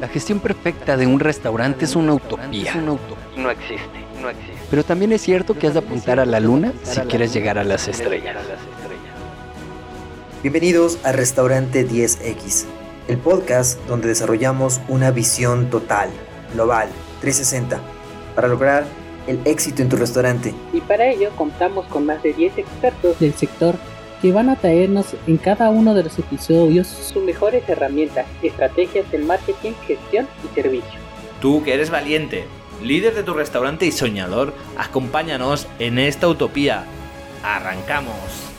La gestión perfecta de un restaurante es una utopía. No existe. Pero también es cierto que has de apuntar a la luna si quieres llegar a las estrellas. Bienvenidos a Restaurante 10X, el podcast donde desarrollamos una visión total, global, 360, para lograr el éxito en tu restaurante. Y para ello contamos con más de 10 expertos del sector que van a traernos en cada uno de los episodios sus mejores herramientas, estrategias de marketing, gestión y servicio. Tú que eres valiente, líder de tu restaurante y soñador, acompáñanos en esta utopía. ¡Arrancamos!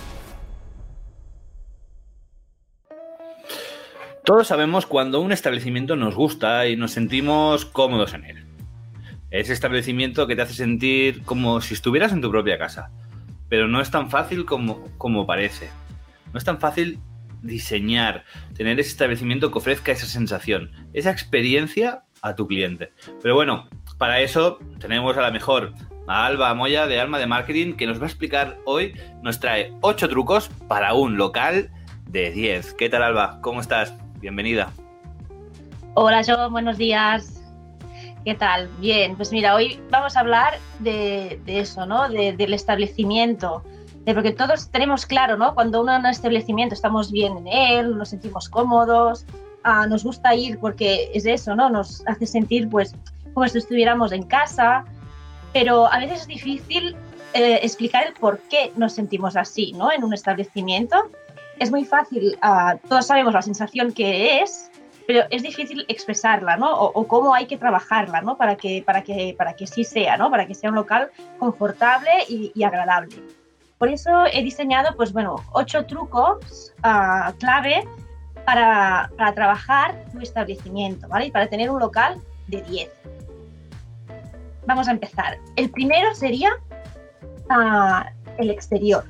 Todos sabemos cuando un establecimiento nos gusta y nos sentimos cómodos en él. Ese establecimiento que te hace sentir como si estuvieras en tu propia casa. Pero no es tan fácil como parece. No es tan fácil diseñar, tener ese establecimiento que ofrezca esa sensación, esa experiencia a tu cliente. Pero bueno, para eso tenemos a la mejor, a Alba Moya de Alma de Marketing, que nos va a explicar hoy, nos trae 8 trucos para un local de 10. ¿Qué tal, Alba? ¿Cómo estás? Bienvenida. Hola, John, buenos días. ¿Qué tal? Bien, pues mira, hoy vamos a hablar de eso, ¿no? Del establecimiento, porque todos tenemos claro, ¿no? Cuando uno en un establecimiento estamos bien en él, nos sentimos cómodos, nos gusta ir porque es eso, ¿no? Nos hace sentir pues como si estuviéramos en casa, pero a veces es difícil explicar el por qué nos sentimos así, ¿no? En un establecimiento es muy fácil, todos sabemos la sensación que es, pero es difícil expresarla, ¿no? O cómo hay que trabajarla, ¿no? Para que sí sea, ¿no? Para que sea un local confortable y agradable. Por eso he diseñado, pues bueno, 8 trucos clave para trabajar tu establecimiento, ¿vale? Y para tener un local de 10. Vamos a empezar. El primero sería el exterior.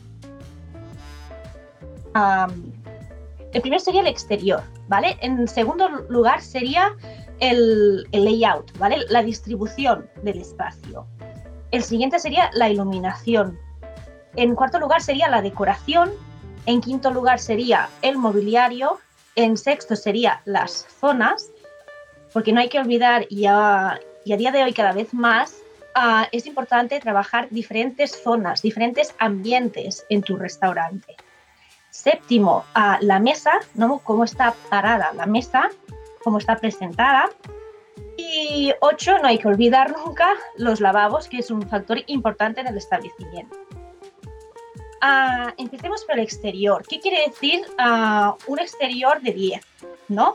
El primero sería el exterior, ¿vale? En segundo lugar sería el layout, ¿vale? La distribución del espacio. El siguiente sería la iluminación. En cuarto lugar sería la decoración. En quinto lugar sería el mobiliario. En sexto sería las zonas, porque no hay que olvidar, y a día de hoy cada vez más, es importante trabajar diferentes zonas, diferentes ambientes en tu restaurante. Séptimo, la mesa, ¿no? Cómo está parada la mesa, cómo está presentada. Y 8, no hay que olvidar nunca los lavabos, que es un factor importante en el establecimiento. Empecemos por el exterior. ¿Qué quiere decir un exterior de 10? ¿No?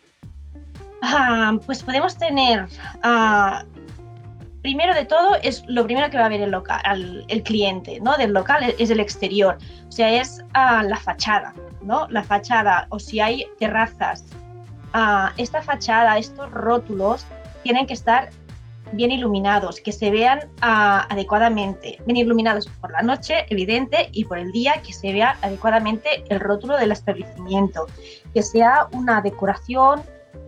Pues podemos tener, primero de todo, es lo primero que va a ver el cliente, ¿no? Del local es el exterior, o sea, es la fachada, ¿no? La fachada, o si hay terrazas, esta fachada, estos rótulos tienen que estar bien iluminados, que se vean adecuadamente, bien iluminados por la noche, evidente, y por el día, que se vea adecuadamente el rótulo del establecimiento, que sea una decoración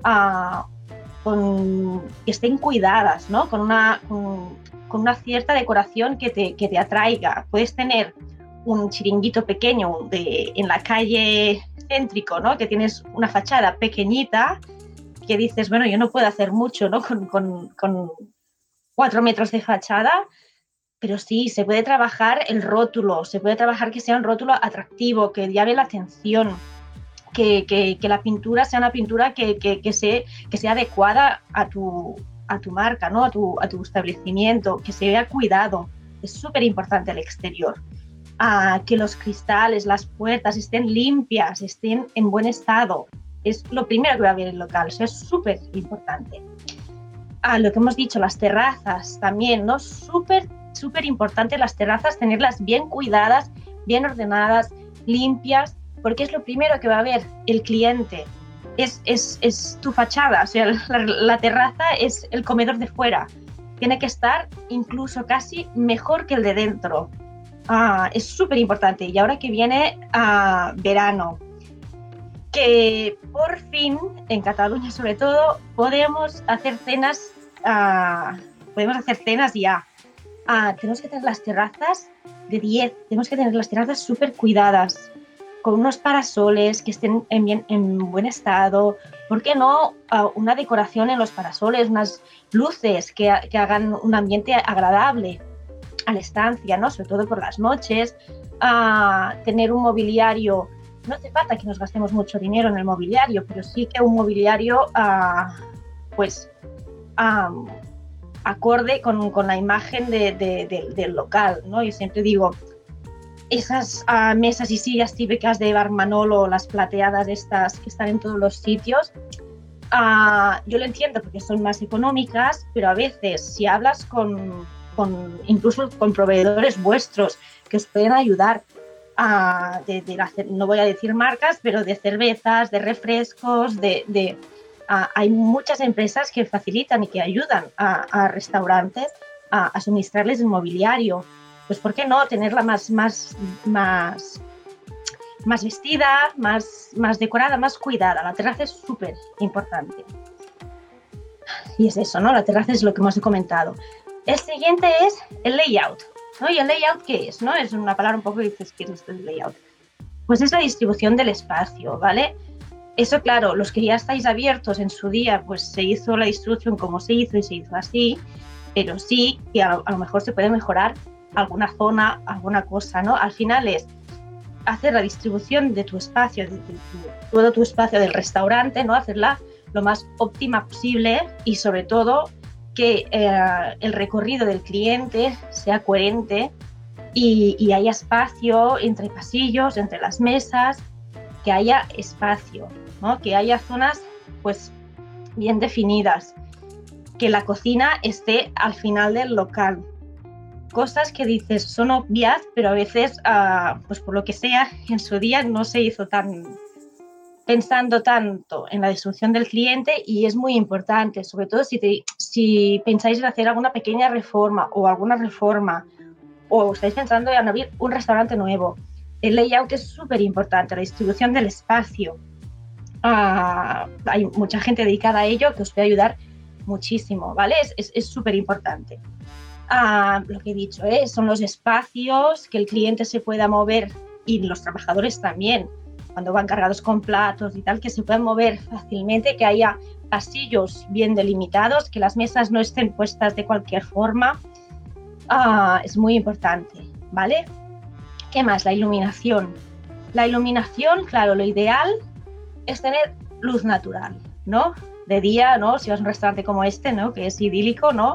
que estén cuidadas, ¿no? Con una cierta decoración que te atraiga. Puedes tener un chiringuito pequeño en la calle céntrico, ¿no? Que tienes una fachada pequeñita, que dices, bueno, yo no puedo hacer mucho, ¿no? Con 4 metros de fachada, pero sí, se puede trabajar el rótulo, se puede trabajar que sea un rótulo atractivo, que llame la atención, que la pintura sea una pintura que sea adecuada a tu marca, ¿no? a tu establecimiento, que se vea cuidado. Es súper importante el exterior. Que los cristales, las puertas estén limpias, estén en buen estado. Es lo primero que va a ver el local, eso es súper importante. Lo que hemos dicho, las terrazas también, ¿no? Súper importante las terrazas, tenerlas bien cuidadas, bien ordenadas, limpias, porque es lo primero que va a ver el cliente. Es tu fachada, o sea, la terraza es el comedor de fuera. Tiene que estar incluso casi mejor que el de dentro. Es súper importante. Y ahora que viene verano, que por fin, en Cataluña sobre todo, podemos hacer cenas ya. Tenemos que tener las terrazas de 10, tenemos que tener las terrazas súper cuidadas. con unos parasoles que estén en buen estado. ¿Por qué no una decoración en los parasoles, unas luces que hagan un ambiente agradable a la estancia, ¿no? Sobre todo por las noches. Tener un mobiliario, no hace falta que nos gastemos mucho dinero en el mobiliario, pero sí que un mobiliario acorde con la imagen del local, ¿no? Yo siempre digo, esas mesas y sillas típicas de Bar Manolo, las plateadas estas que están en todos los sitios, yo lo entiendo porque son más económicas, pero a veces si hablas incluso con proveedores vuestros que os pueden ayudar no voy a decir marcas, pero de cervezas, de refrescos, hay muchas empresas que facilitan y que ayudan a restaurantes a suministrarles el mobiliario. Pues ¿por qué no tenerla más vestida, más decorada, más cuidada? La terraza es súper importante. Y es eso, ¿no? La terraza es lo que hemos comentado. El siguiente es el layout, ¿no? ¿Y el layout qué es? ¿No? Es una palabra un poco que dices, ¿qué es esto del layout? Pues es la distribución del espacio, ¿vale? Eso, claro, los que ya estáis abiertos en su día, pues se hizo la distribución como se hizo y se hizo así, pero sí que a lo mejor se puede mejorar alguna zona, alguna cosa, ¿no? Al final es hacer la distribución de tu espacio, todo tu espacio del restaurante, ¿no? Hacerla lo más óptima posible y sobre todo que el recorrido del cliente sea coherente y haya espacio entre pasillos, entre las mesas, que haya espacio, ¿no? Que haya zonas pues bien definidas, que la cocina esté al final del local. Cosas que dices son obvias, pero a veces, pues por lo que sea, en su día no se hizo pensando tanto en la distribución del cliente y es muy importante, sobre todo si pensáis en hacer alguna pequeña reforma o alguna reforma o estáis pensando en abrir un restaurante nuevo. El layout es súper importante, la distribución del espacio. Hay mucha gente dedicada a ello que os puede ayudar muchísimo, ¿vale? Es súper importante. Lo que he dicho, son los espacios que el cliente se pueda mover y los trabajadores también, cuando van cargados con platos y tal, que se puedan mover fácilmente, que haya pasillos bien delimitados, que las mesas no estén puestas de cualquier forma. Es muy importante, ¿vale? ¿Qué más? La iluminación. La iluminación, claro, lo ideal es tener luz natural, ¿no? De día, ¿no? Si vas a un restaurante como este, ¿no? Que es idílico, ¿no?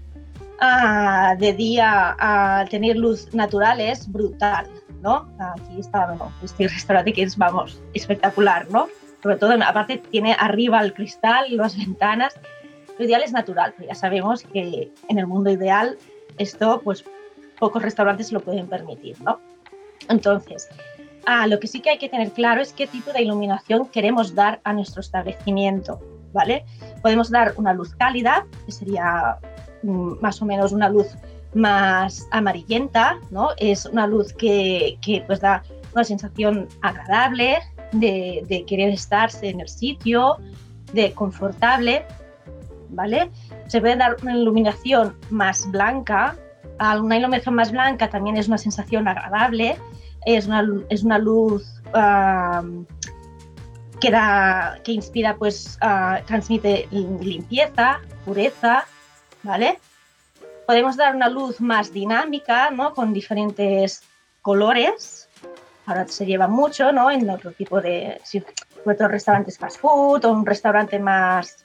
De día tener luz natural es brutal, ¿no? Aquí está, bueno, este restaurante que es, vamos, espectacular, ¿no? Sobre todo, aparte tiene arriba el cristal, las ventanas. Lo ideal es natural, pero ya sabemos que en el mundo ideal esto, pues, pocos restaurantes lo pueden permitir, ¿no? Entonces, lo que sí que hay que tener claro es qué tipo de iluminación queremos dar a nuestro establecimiento, ¿vale? Podemos dar una luz cálida, que sería más o menos una luz más amarillenta, ¿no? Es una luz que pues da una sensación agradable de querer estarse en el sitio, de confortable, ¿vale? Se puede dar una iluminación más blanca. Una iluminación más blanca también es una sensación agradable, es una luz que inspira, pues transmite limpieza, pureza, ¿vale? Podemos dar una luz más dinámica, ¿no? Con diferentes colores. Ahora se lleva mucho, ¿no? En otro tipo de, sobre todo restaurantes fast food o un restaurante más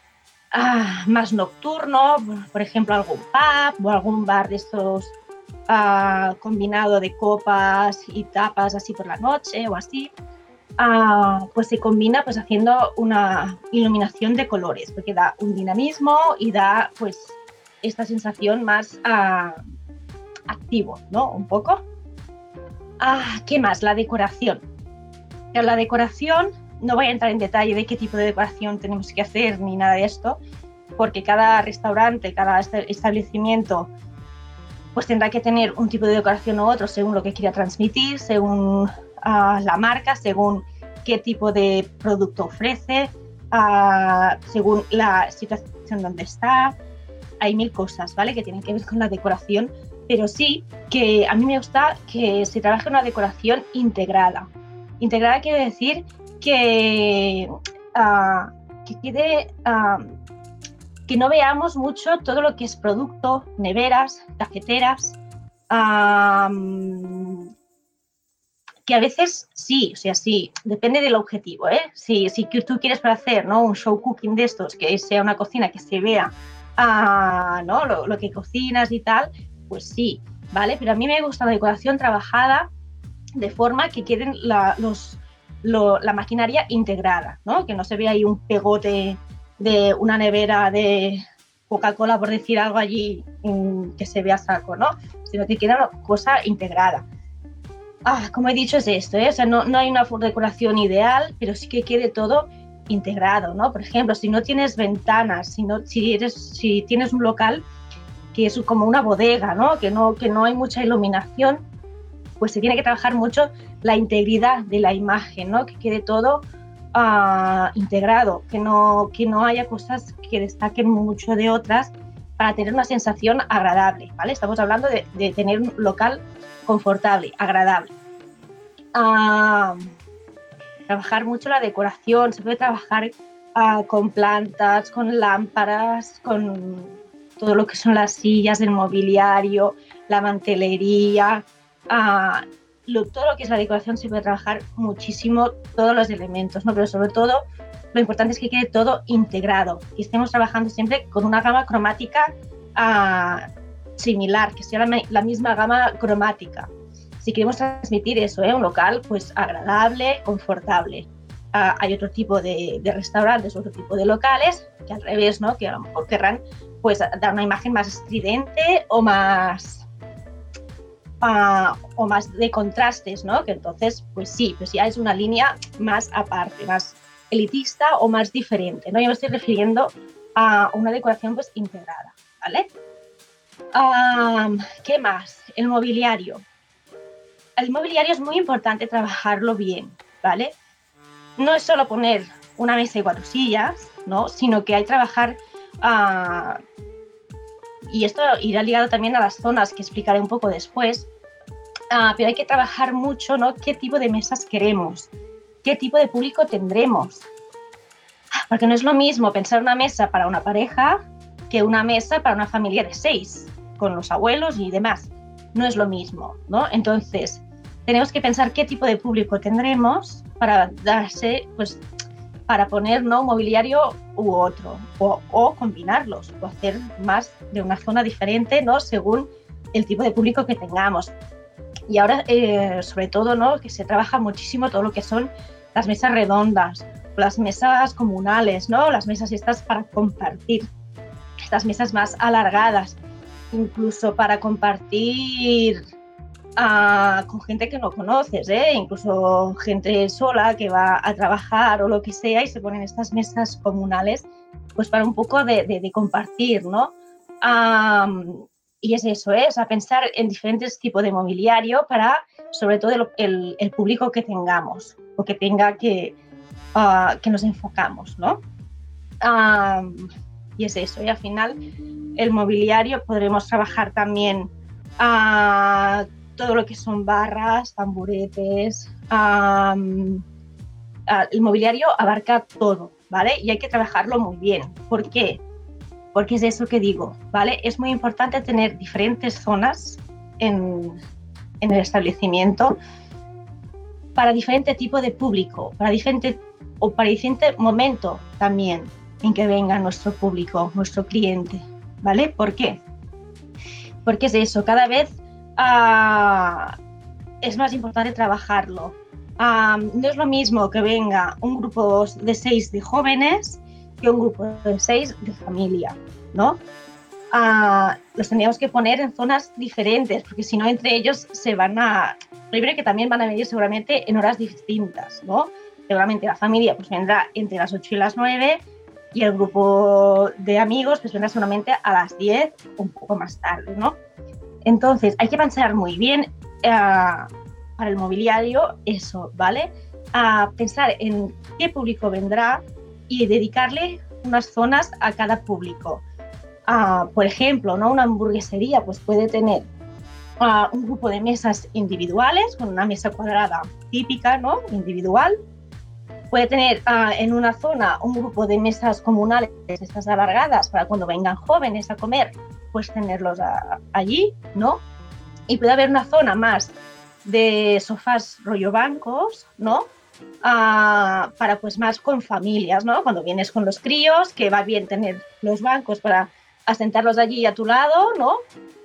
nocturno, por ejemplo algún pub o algún bar de estos combinado de copas y tapas así por la noche o así, pues se combina pues haciendo una iluminación de colores porque da un dinamismo y da pues esta sensación más activo, ¿no? Un poco. ¿Qué más? La decoración. Pero la decoración, no voy a entrar en detalle de qué tipo de decoración tenemos que hacer ni nada de esto, porque cada restaurante, cada establecimiento, pues tendrá que tener un tipo de decoración u otro según lo que quiera transmitir, según la marca, según qué tipo de producto ofrece, según la situación donde está. Hay mil cosas, ¿vale? Que tienen que ver con la decoración, pero sí que a mí me gusta que se trabaje una decoración integrada, Integrada quiere decir que quede... que no veamos mucho todo lo que es producto, neveras, cafeteras, que a veces sí, o sea, sí, depende del objetivo, ¿eh? Si tú quieres para hacer, ¿no?, un show cooking de estos, que sea una cocina que se vea, ¿no?, lo que cocinas y tal, pues sí, ¿vale? Pero a mí me gusta la decoración trabajada de forma que queden la maquinaria integrada, ¿no? Que no se vea ahí un pegote de una nevera de Coca-Cola, por decir algo allí, que se vea saco, ¿no? Sino que queda una cosa integrada. Como he dicho, es esto, ¿eh? O sea, no hay una decoración ideal, pero sí que quede todo integrado, ¿no? Por ejemplo, si no tienes ventanas, si tienes un local que es como una bodega, ¿no? Que no hay mucha iluminación, pues se tiene que trabajar mucho la integridad de la imagen, ¿no? Que quede todo integrado, que no haya cosas que destaquen mucho de otras para tener una sensación agradable, ¿vale? Estamos hablando de tener un local confortable, agradable. Trabajar mucho la decoración, se puede trabajar con plantas, con lámparas, con todo lo que son las sillas, el mobiliario, la mantelería, todo lo que es la decoración se puede trabajar muchísimo, todos los elementos, ¿no? Pero sobre todo lo importante es que quede todo integrado, que estemos trabajando siempre con una gama cromática similar, que sea la misma gama cromática. Si queremos transmitir eso, un local pues agradable, confortable. Hay otro tipo de restaurantes, otro tipo de locales que al revés, ¿no? Que a lo mejor querrán pues dar una imagen más estridente o más de contrastes, ¿no? Que entonces pues sí, pues ya es una línea más aparte, más elitista o más diferente, ¿no? Yo me estoy refiriendo a una decoración pues integrada, ¿vale? ¿Qué más? El mobiliario. El mobiliario es muy importante trabajarlo bien, ¿vale? No es solo poner una mesa y 4 sillas, ¿no? Sino que hay que trabajar, y esto irá ligado también a las zonas que explicaré un poco después, pero hay que trabajar mucho, ¿no? ¿Qué tipo de mesas queremos? ¿Qué tipo de público tendremos? Porque no es lo mismo pensar una mesa para una pareja que una mesa para una familia de 6, con los abuelos y demás. No es lo mismo, ¿no? Entonces, tenemos que pensar qué tipo de público tendremos para para poner, ¿no?, un mobiliario u otro, o combinarlos, o hacer más de una zona diferente, ¿no?, según el tipo de público que tengamos. Y ahora, sobre todo, ¿no?, que se trabaja muchísimo todo lo que son las mesas redondas, las mesas comunales, ¿no?, las mesas estas para compartir, estas mesas más alargadas, incluso para compartir con gente que no conoces, incluso gente sola que va a trabajar o lo que sea, y se ponen estas mesas comunales pues para un poco de compartir, ¿no? Y es eso, o sea, pensar en diferentes tipos de mobiliario para, sobre todo, el público que tengamos o que tenga que nos enfocamos, ¿no? Y es eso, y al final el mobiliario podremos trabajar también todo lo que son barras, tamburetes, el mobiliario abarca todo, ¿vale? Y hay que trabajarlo muy bien. ¿Por qué? Porque es eso que digo, ¿vale? Es muy importante tener diferentes zonas en el establecimiento para diferente tipo de público, para diferente momento también en que venga nuestro público, nuestro cliente, ¿vale? ¿Por qué? Porque es eso, cada vez es más importante trabajarlo. No es lo mismo que venga un grupo de 6 de jóvenes que un grupo de 6 de familia, ¿no? Los tendríamos que poner en zonas diferentes, porque si no, entre ellos se van a... Primero que también van a venir seguramente en horas distintas, ¿no? Seguramente la familia pues vendrá entre las 8 y las 9 y el grupo de amigos pues vendrá seguramente a las 10 o un poco más tarde, ¿no? Entonces, hay que pensar muy bien para el mobiliario eso, ¿vale? Pensar en qué público vendrá y dedicarle unas zonas a cada público. Por ejemplo, ¿no?, una hamburguesería pues puede tener un grupo de mesas individuales, con una mesa cuadrada típica, ¿no? Individual. Puede tener en una zona un grupo de mesas comunales, estas alargadas, para cuando vengan jóvenes a comer, pues tenerlos allí, ¿no? Y puede haber una zona más de sofás rollo bancos, ¿no? Para pues más con familias, ¿no? Cuando vienes con los críos, que va bien tener los bancos para asentarlos allí a tu lado, ¿no?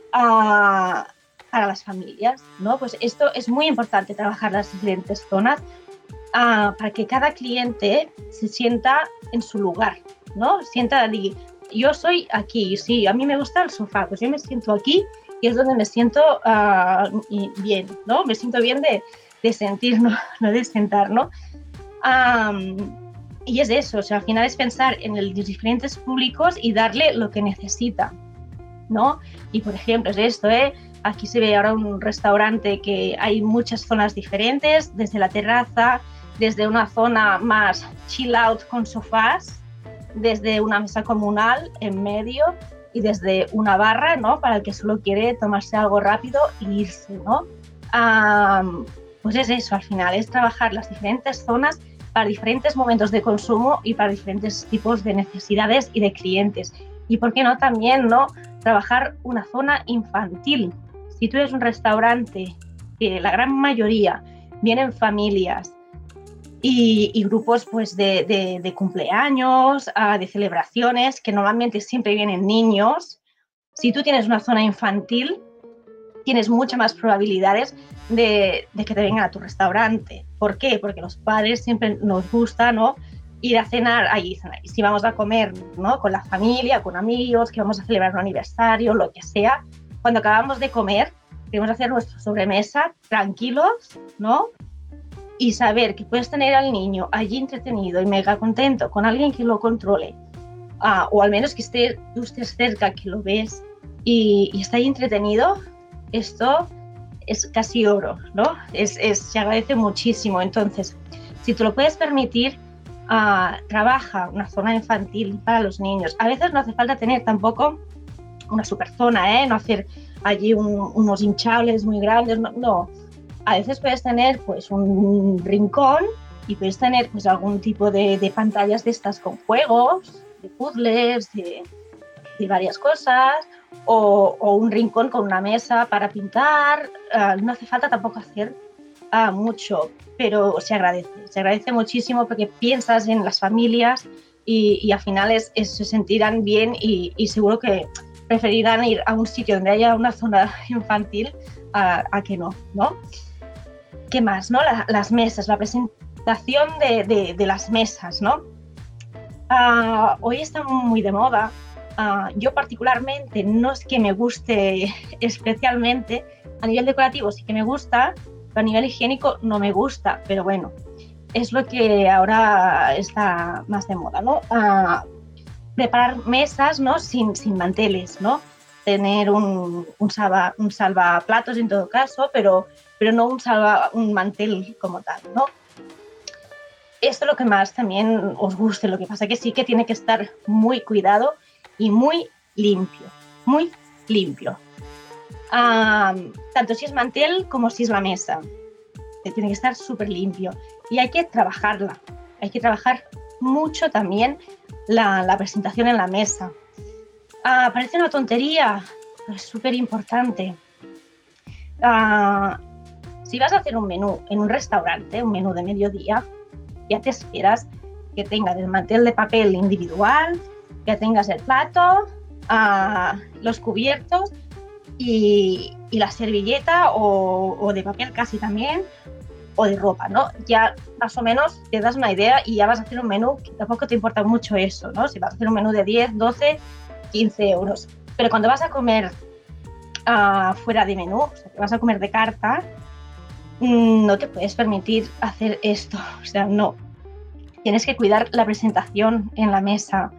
Para las familias, ¿no? Pues esto es muy importante, trabajar las diferentes zonas para que cada cliente se sienta en su lugar, ¿no? Sienta allí, yo soy aquí, sí, a mí me gusta el sofá, pues yo me siento aquí y es donde me siento bien, ¿no? Me siento bien de sentir, no de sentar, ¿no? Y es eso, o sea, al final es pensar en los diferentes públicos y darle lo que necesita, ¿no? Y por ejemplo, es esto, aquí se ve ahora un restaurante que hay muchas zonas diferentes, desde la terraza, desde una zona más chill out con sofás, desde una mesa comunal en medio y desde una barra, ¿no? Para el que solo quiere tomarse algo rápido e irse, ¿no? Pues es eso, al final, es trabajar las diferentes zonas para diferentes momentos de consumo y para diferentes tipos de necesidades y de clientes. Y por qué no también, ¿no? Trabajar una zona infantil. Si tú eres un restaurante que la gran mayoría vienen familias y grupos pues de cumpleaños, de celebraciones, que normalmente siempre vienen niños, si tú tienes una zona infantil, tienes muchas más probabilidades de que te vengan a tu restaurante. ¿Por qué? Porque los padres siempre nos gusta, ¿no? Ir a cenar allí. Si vamos a comer, ¿no? Con la familia, con amigos, que vamos a celebrar un aniversario, lo que sea, cuando acabamos de comer, queremos hacer nuestra sobremesa tranquilos, ¿no? Y saber que puedes tener al niño allí entretenido y mega contento con alguien que lo controle, o al menos que tú estés cerca, que lo ves y está ahí entretenido, esto es casi oro, ¿no? Se agradece muchísimo. Entonces, si te lo puedes permitir, trabaja una zona infantil para los niños. A veces no hace falta tener tampoco una super zona, no hacer allí unos hinchables muy grandes, no. A veces puedes tener pues un rincón y puedes tener pues algún tipo de pantallas de estas con juegos, de puzzles, de varias cosas, o un rincón con una mesa para pintar. No hace falta tampoco hacer mucho, pero se agradece muchísimo porque piensas en las familias y al final se sentirán bien y seguro que preferirán ir a un sitio donde haya una zona infantil a que no. ¿Qué más, no? Las mesas, la presentación de las mesas, ¿no? Hoy está muy de moda. Yo particularmente no es que me guste especialmente, a nivel decorativo sí que me gusta, pero a nivel higiénico no me gusta, pero bueno, es lo que ahora está más de moda, ¿no? Preparar mesas, ¿no? sin manteles, ¿no? Tener un salvaplatos en todo caso, pero no un mantel como tal, ¿no? Esto es lo que más también os guste, lo que pasa que sí que tiene que estar muy cuidado y muy limpio, muy limpio. Tanto si es mantel como si es la mesa, tiene que estar súper limpio y hay que trabajarla, hay que trabajar mucho también la presentación en la mesa. Parece una tontería, pero es súper importante. Si vas a hacer un menú en un restaurante, un menú de mediodía, ya te esperas que tengas el mantel de papel individual, que tengas el plato, los cubiertos y la servilleta o de papel casi también, o de ropa, ¿no? Ya más o menos te das una idea y ya vas a hacer un menú que tampoco te importa mucho eso, ¿no? Si vas a hacer un menú de 10, 12, 15 euros. Pero cuando vas a comer fuera de menú, o sea, que vas a comer de carta, no te puedes permitir hacer esto, o sea, no. Tienes que cuidar la presentación en la mesa.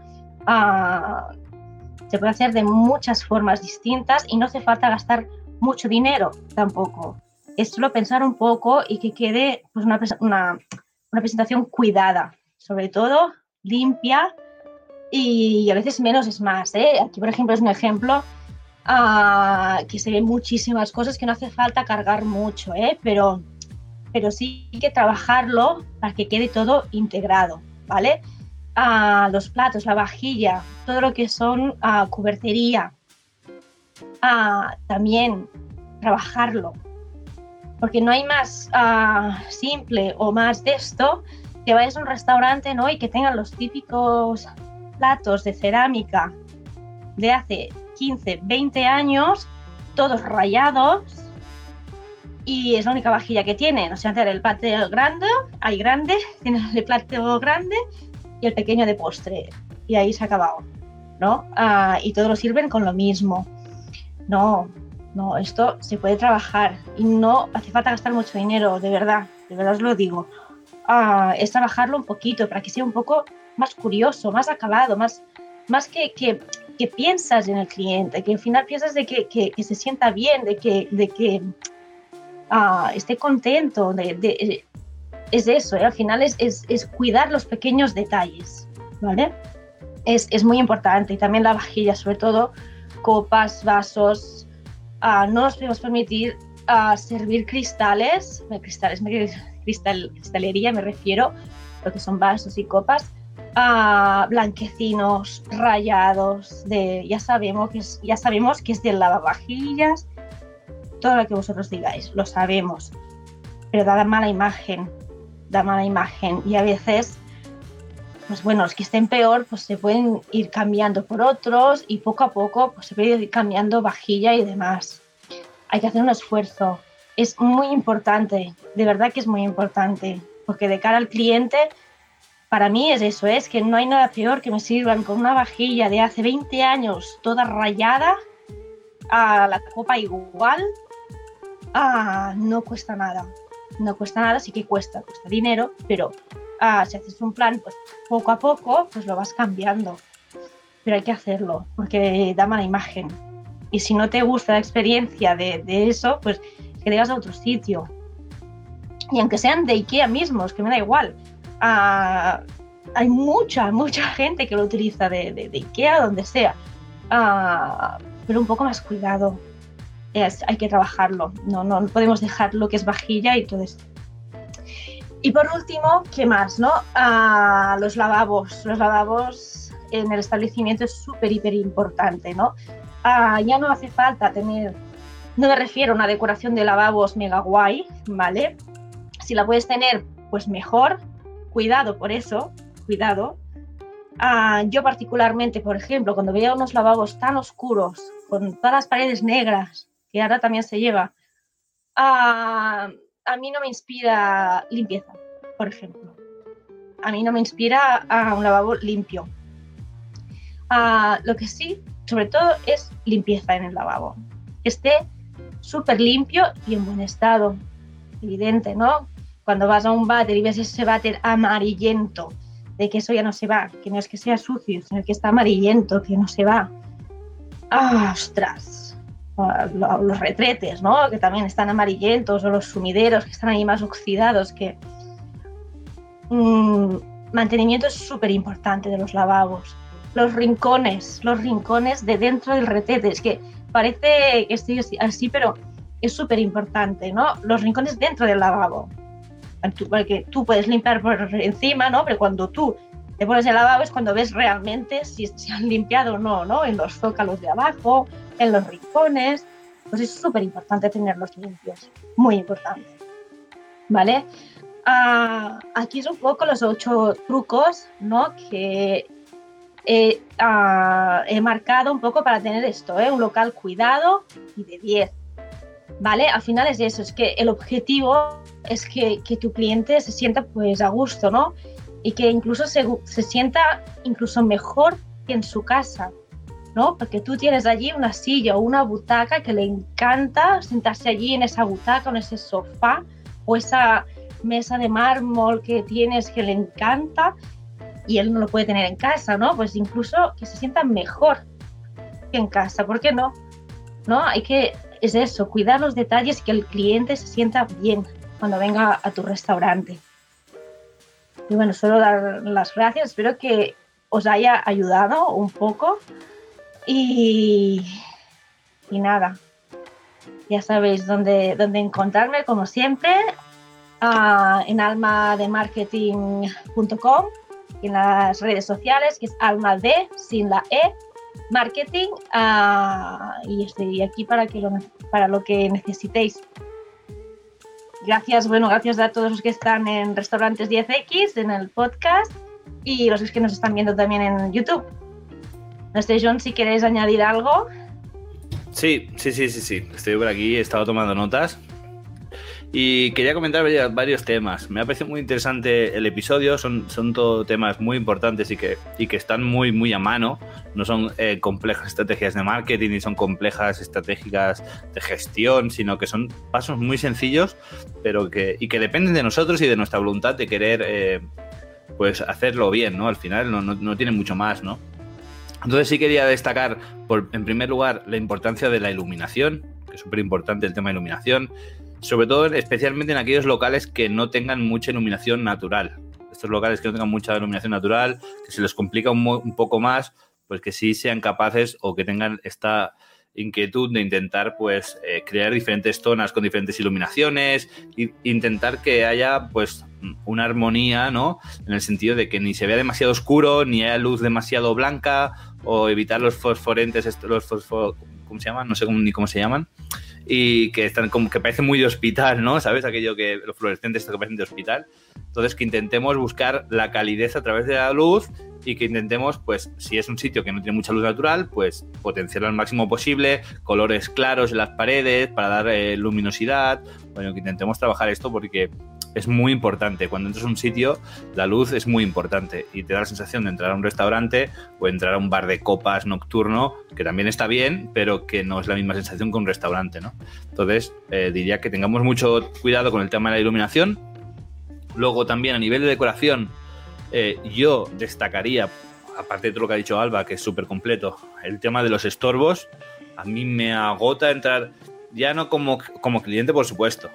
Se puede hacer de muchas formas distintas y no hace falta gastar mucho dinero tampoco. Es solo pensar un poco y que quede pues, una presentación cuidada, sobre todo limpia y a veces menos es más, ¿eh? Aquí, por ejemplo, es un ejemplo que se ven muchísimas cosas que no hace falta cargar mucho, pero sí hay que trabajarlo para que quede todo integrado, ¿vale? Los platos, la vajilla, todo lo que son cubertería, también trabajarlo, porque no hay más simple o más de esto que vayas a un restaurante, ¿no? Y que tengan los típicos platos de cerámica de hace 15, 20 años, todos rayados, y es la única vajilla que tienen. O sea, el plato grande, tienen el plato grande y el pequeño de postre, y ahí se ha acabado, ¿no? Y todos lo sirven con lo mismo. No, esto se puede trabajar y no hace falta gastar mucho dinero, de verdad os lo digo. Es trabajarlo un poquito para que sea un poco más curioso, más acabado, más que piensas en el cliente, que al final piensas de que se sienta bien, de que esté contento, es eso, al final es cuidar los pequeños detalles, ¿vale? Es muy importante. Y también la vajilla, sobre todo copas, vasos, no nos podemos permitir servir cristalería me refiero, lo que son vasos y copas, blanquecinos, rayados, ya sabemos que es de lavavajillas, todo lo que vosotros digáis, lo sabemos, pero da mala imagen, y a veces, pues bueno, los que estén peor, pues se pueden ir cambiando por otros y poco a poco pues se puede ir cambiando vajilla y demás. Hay que hacer un esfuerzo, es muy importante, de verdad que es muy importante, porque de cara al cliente, para mí es eso, es que no hay nada peor que me sirvan con una vajilla de hace 20 años, toda rayada, la copa igual, no cuesta nada, sí que cuesta dinero, pero si haces un plan, pues poco a poco, pues lo vas cambiando, pero hay que hacerlo, porque da mala imagen, y si no te gusta la experiencia de eso, pues que te vas a otro sitio, y aunque sean de IKEA mismos, que me da igual, hay mucha gente que lo utiliza de IKEA, donde sea, pero un poco más cuidado, hay que trabajarlo, no podemos dejar lo que es vajilla y todo esto. Y por último, ¿qué más, no? Los lavabos en el establecimiento es súper, hiper importante, ¿no? Ya no hace falta tener, no me refiero a una decoración de lavabos mega guay, ¿vale? Si la puedes tener, pues mejor, cuidado por eso, cuidado. Yo particularmente, por ejemplo, cuando veía unos lavabos tan oscuros, con todas las paredes negras, que ahora también se lleva, a mí no me inspira limpieza, por ejemplo. A mí no me inspira un lavabo limpio. Lo que sí, sobre todo, es limpieza en el lavabo. Que esté súper limpio y en buen estado. Evidente, ¿no? Cuando vas a un váter y ves ese váter amarillento, de que eso ya no se va, que no es que sea sucio, sino que está amarillento, que no se va. ¡Ostras! Los retretes, ¿no? Que también están amarillentos, o los sumideros que están ahí más oxidados, que mantenimiento es súper importante de los lavabos. Los rincones de dentro del retrete, es que parece que estoy así, pero es súper importante, ¿no? Los rincones dentro del lavabo, porque tú puedes limpiar por encima, ¿no? Pero cuando tú te pones el lavabo es cuando ves realmente si han limpiado o no, ¿no? En los zócalos de abajo, en los rincones, pues es súper importante tenerlos limpios, muy importante, ¿vale? Aquí es un poco los 8 trucos, ¿no? Que he marcado un poco para tener esto, un local cuidado y de 10, ¿vale? Al final es eso, es que el objetivo es que tu cliente se sienta pues a gusto, ¿no? Y que incluso se sienta incluso mejor que en su casa, ¿no? Porque tú tienes allí una silla o una butaca que le encanta sentarse allí en esa butaca o en ese sofá o esa mesa de mármol que tienes que le encanta y él no lo puede tener en casa, ¿no? Pues incluso que se sienta mejor que en casa, ¿por qué no? ¿No? Es eso, cuidar los detalles y que el cliente se sienta bien cuando venga a tu restaurante. Y bueno, solo dar las gracias, espero que os haya ayudado un poco y Y nada, ya sabéis dónde encontrarme, como siempre, en almademarketing.com y en las redes sociales, que es almad sin la E, marketing, y estoy aquí para lo que necesitéis. Gracias a todos los que están en Restaurantes 10X, en el podcast, y los que nos están viendo también en YouTube. No sé, John, si queréis añadir algo. Sí. Estoy por aquí, he estado tomando notas. Y quería comentar varios temas. Me ha parecido muy interesante el episodio. Son todo temas muy importantes y que están muy, muy a mano. No son complejas estrategias de marketing ni son complejas estratégicas de gestión, sino que son pasos muy sencillos, pero que dependen de nosotros y de nuestra voluntad de querer pues hacerlo bien, ¿no? Al final no tiene mucho más, ¿no? Entonces sí quería destacar, en primer lugar, la importancia de la iluminación, que es súper importante el tema de iluminación. Sobre todo, especialmente en aquellos locales que no tengan mucha iluminación natural. Estos locales que no tengan mucha iluminación natural, que se les complica un poco más, pues que sí sean capaces o que tengan esta inquietud de intentar pues crear diferentes zonas con diferentes iluminaciones e intentar que haya pues una armonía, ¿no? En el sentido de que ni se vea demasiado oscuro, ni haya luz demasiado blanca, o evitar los fosforentes, ¿cómo se llaman? No sé ni cómo se llaman. Y que están como que parece muy de hospital, ¿no? ¿Sabes? Aquello que los fluorescentes que parecen de hospital. Entonces que intentemos buscar la calidez a través de la luz y que intentemos, pues, si es un sitio que no tiene mucha luz natural, pues potenciarlo al máximo posible, colores claros en las paredes para dar luminosidad. Bueno, que intentemos trabajar esto porque es muy importante. Cuando entras a un sitio, la luz es muy importante y te da la sensación de entrar a un restaurante o entrar a un bar de copas nocturno, que también está bien, pero que no es la misma sensación que un restaurante, ¿no? Entonces, diría que tengamos mucho cuidado con el tema de la iluminación. Luego también a nivel de decoración, yo destacaría, aparte de todo lo que ha dicho Alba, que es súper completo, el tema de los estorbos. A mí me agota entrar, ya no como cliente, por supuesto,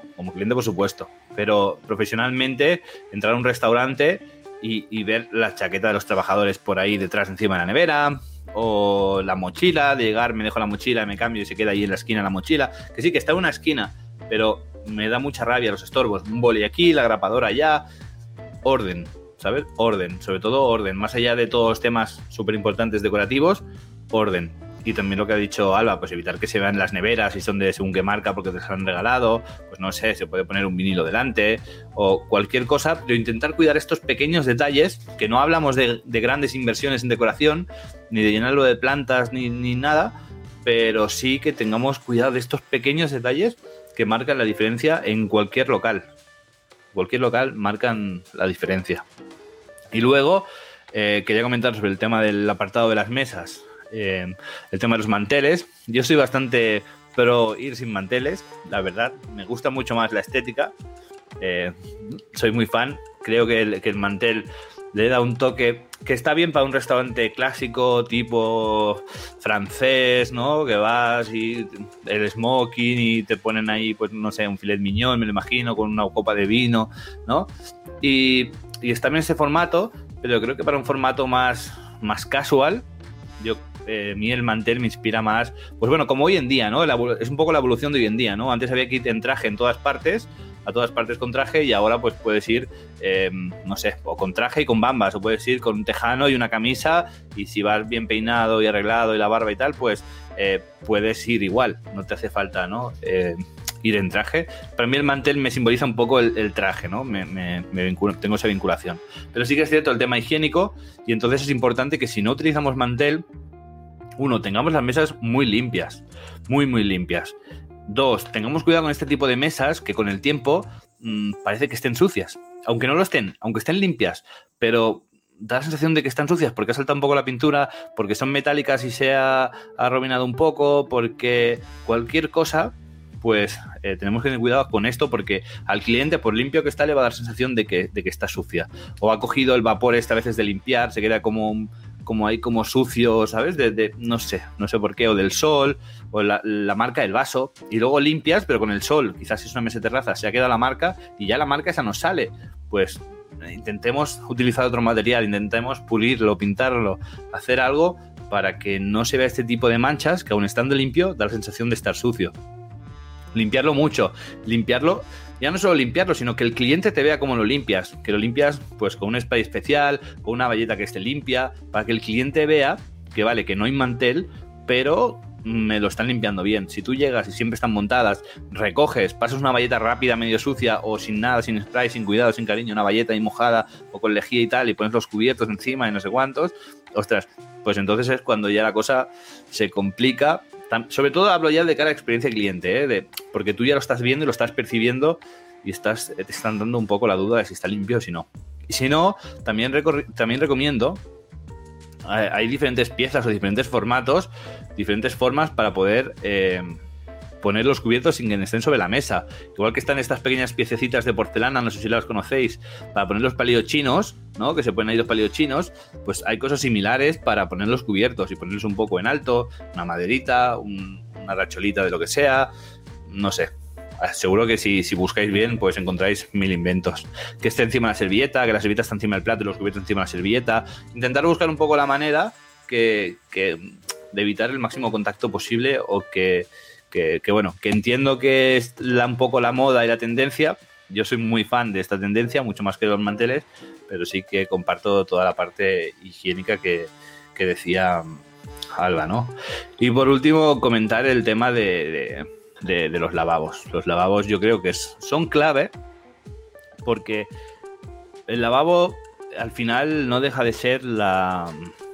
pero profesionalmente entrar a un restaurante y ver la chaqueta de los trabajadores por ahí detrás encima de la nevera, o la mochila, de llegar, me dejo la mochila, me cambio y se queda ahí en la esquina la mochila, que sí, que está en una esquina, pero me da mucha rabia los estorbos. Un boli aquí, la grapadora allá. Orden, ¿sabes? Orden, sobre todo orden, más allá de todos los temas súper importantes decorativos, orden. Y también lo que ha dicho Alba, pues evitar que se vean las neveras si son de según qué marca porque te las han regalado, pues no sé, se puede poner un vinilo delante o cualquier cosa, pero intentar cuidar estos pequeños detalles, que no hablamos de grandes inversiones en decoración, ni de llenarlo de plantas ni nada, pero sí que tengamos cuidado de estos pequeños detalles que marcan la diferencia en cualquier local. Cualquier local marcan la diferencia. Y luego quería comentar sobre el tema del apartado de las mesas. El tema de los manteles. Yo soy bastante pro ir sin manteles, la verdad, me gusta mucho más la estética, soy muy fan, creo que el mantel le da un toque que está bien para un restaurante clásico tipo francés, ¿no? Que vas y el smoking y te ponen ahí, pues no sé, un filet mignon, me lo imagino, con una copa de vino, ¿no? Y está bien ese formato, pero creo que para un formato más casual, a mí el mantel me inspira más, pues bueno, como hoy en día, ¿no? Es un poco la evolución de hoy en día, ¿no? Antes había que ir en traje en todas partes, a todas partes con traje, y ahora pues puedes ir, no sé, o con traje y con bambas, o puedes ir con un tejano y una camisa, y si vas bien peinado y arreglado y la barba y tal, pues puedes ir igual, no te hace falta, ¿no? Ir en traje. Para mí el mantel me simboliza un poco el traje, ¿no? Tengo esa vinculación. Pero sí que es cierto el tema higiénico, y entonces es importante que si no utilizamos mantel, uno, tengamos las mesas muy limpias, muy limpias. Dos, tengamos cuidado con este tipo de mesas que con el tiempo parece que estén sucias. Aunque no lo estén, aunque estén limpias, pero da la sensación de que están sucias porque ha saltado un poco la pintura, porque son metálicas y se ha arruinado un poco, porque cualquier cosa, pues tenemos que tener cuidado con esto, porque al cliente, por limpio que está, le va a dar sensación de que está sucia. O ha cogido el vapor a veces de limpiar, se queda como sucio, ¿sabes? No sé por qué, o del sol, o la marca del vaso, y luego limpias, pero con el sol, quizás si es una mesa de terraza, se ha quedado la marca, y ya la marca esa no sale. Pues intentemos utilizar otro material, intentemos pulirlo, pintarlo, hacer algo para que no se vea este tipo de manchas que aun estando limpio da la sensación de estar sucio. Limpiarlo mucho, ya no solo limpiarlo, sino que el cliente te vea cómo lo limpias, que lo limpias pues con un spray especial, con una bayeta que esté limpia, para que el cliente vea que vale, que no hay mantel, pero me lo están limpiando bien. Si tú llegas y siempre están montadas, recoges, pasas una bayeta rápida, medio sucia, o sin nada, sin spray, sin cuidado, sin cariño, una bayeta ahí mojada, o con lejía y tal, y pones los cubiertos encima y no sé cuántos, ostras, pues entonces es cuando ya la cosa se complica. Sobre todo hablo ya de cara a experiencia cliente, porque tú ya lo estás viendo y lo estás percibiendo y te están dando un poco la duda de si está limpio o si no. Y si no, también recomiendo, hay diferentes piezas o diferentes formatos, diferentes formas para poder poner los cubiertos sin que estén sobre la mesa. Igual que están estas pequeñas piececitas de porcelana, no sé si las conocéis, para poner los palillos chinos, ¿no? Que se ponen ahí los palillos chinos, pues hay cosas similares para poner los cubiertos y ponerlos un poco en alto, una maderita, una racholita de lo que sea, no sé. Seguro que si buscáis bien, pues encontráis mil inventos. Que esté encima de la servilleta, que la servilleta está encima del plato y los cubiertos encima de la servilleta. Intentar buscar un poco la manera de evitar el máximo contacto posible, o que bueno, que entiendo que es un poco la moda y la tendencia. Yo soy muy fan de esta tendencia, mucho más que los manteles, pero sí que comparto toda la parte higiénica que decía Alba, ¿no? Y por último, comentar el tema de los lavabos. Los lavabos yo creo que son clave, porque el lavabo al final no deja de ser lo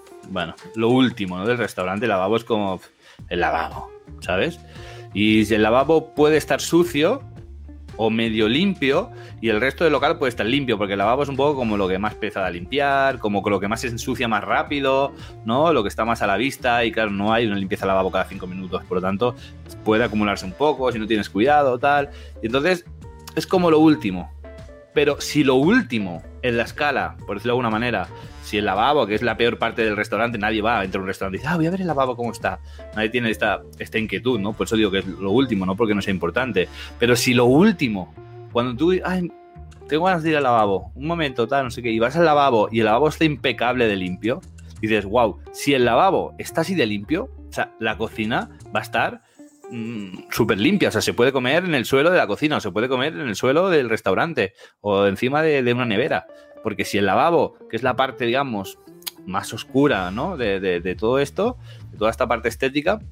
último, ¿no? Del restaurante. El lavabo es como el lavabo, ¿sabes? Y si el lavabo puede estar sucio o medio limpio y el resto del local puede estar limpio, porque el lavabo es un poco como lo que más pesa a limpiar, como lo que más se ensucia más rápido, ¿no? Lo que está más a la vista, y claro, no hay una limpieza de lavabo cada 5 minutos, por lo tanto puede acumularse un poco si no tienes cuidado, tal. Y entonces es como lo último. Pero si lo último en la escala, por decirlo de alguna manera, si el lavabo, que es la peor parte del restaurante, nadie va a entrar a un restaurante y dice, voy a ver el lavabo cómo está. Nadie tiene esta inquietud, ¿no? Por eso digo que es lo último, no porque no sea importante. Pero si lo último, cuando tú, tengo ganas de ir al lavabo, un momento, tal, no sé qué, y vas al lavabo y el lavabo está impecable de limpio, dices, wow, si el lavabo está así de limpio, o sea, la cocina va a estar súper limpia, o sea, se puede comer en el suelo de la cocina, o se puede comer en el suelo del restaurante, o encima de una nevera, porque si el lavabo, que es la parte, digamos, más oscura, ¿no? de todo esto, de toda esta parte estética,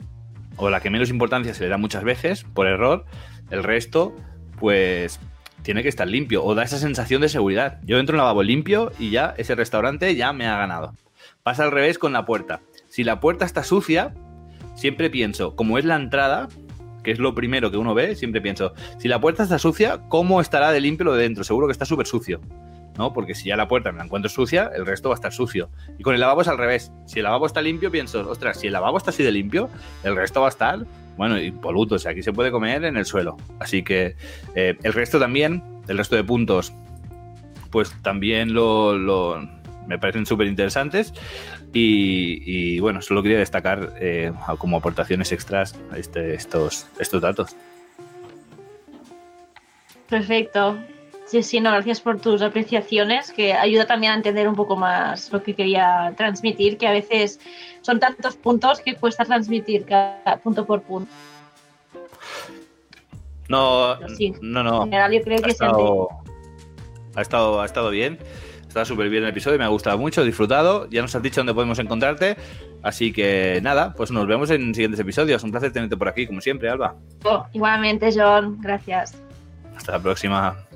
o la que menos importancia se le da muchas veces, por error, el resto, pues tiene que estar limpio, o da esa sensación de seguridad. Yo entro en un lavabo limpio y ya ese restaurante ya me ha ganado. Pasa al revés con la puerta. Si la puerta está sucia, siempre pienso, como es la entrada, que es lo primero que uno ve, siempre pienso, si la puerta está sucia, ¿cómo estará de limpio lo de dentro? Seguro que está súper sucio, ¿no? Porque si ya la puerta me la encuentro sucia, el resto va a estar sucio. Y con el lavabo es al revés. Si el lavabo está limpio, pienso, ostras, si el lavabo está así de limpio, el resto va a estar, bueno, impoluto. O sea, aquí se puede comer en el suelo. Así que el resto también, el resto de puntos, pues también me parecen súper interesantes. Y bueno, solo quería destacar como aportaciones extras estos datos. Perfecto. Sí, no, gracias por tus apreciaciones, que ayuda también a entender un poco más lo que quería transmitir, que a veces son tantos puntos que cuesta transmitir cada punto por punto. No. En general yo creo que ha estado bien. Está súper bien el episodio, me ha gustado mucho, he disfrutado. Ya nos has dicho dónde podemos encontrarte. Así que nada, pues nos vemos en siguientes episodios. Un placer tenerte por aquí, como siempre, Alba. Igualmente, John. Gracias. Hasta la próxima.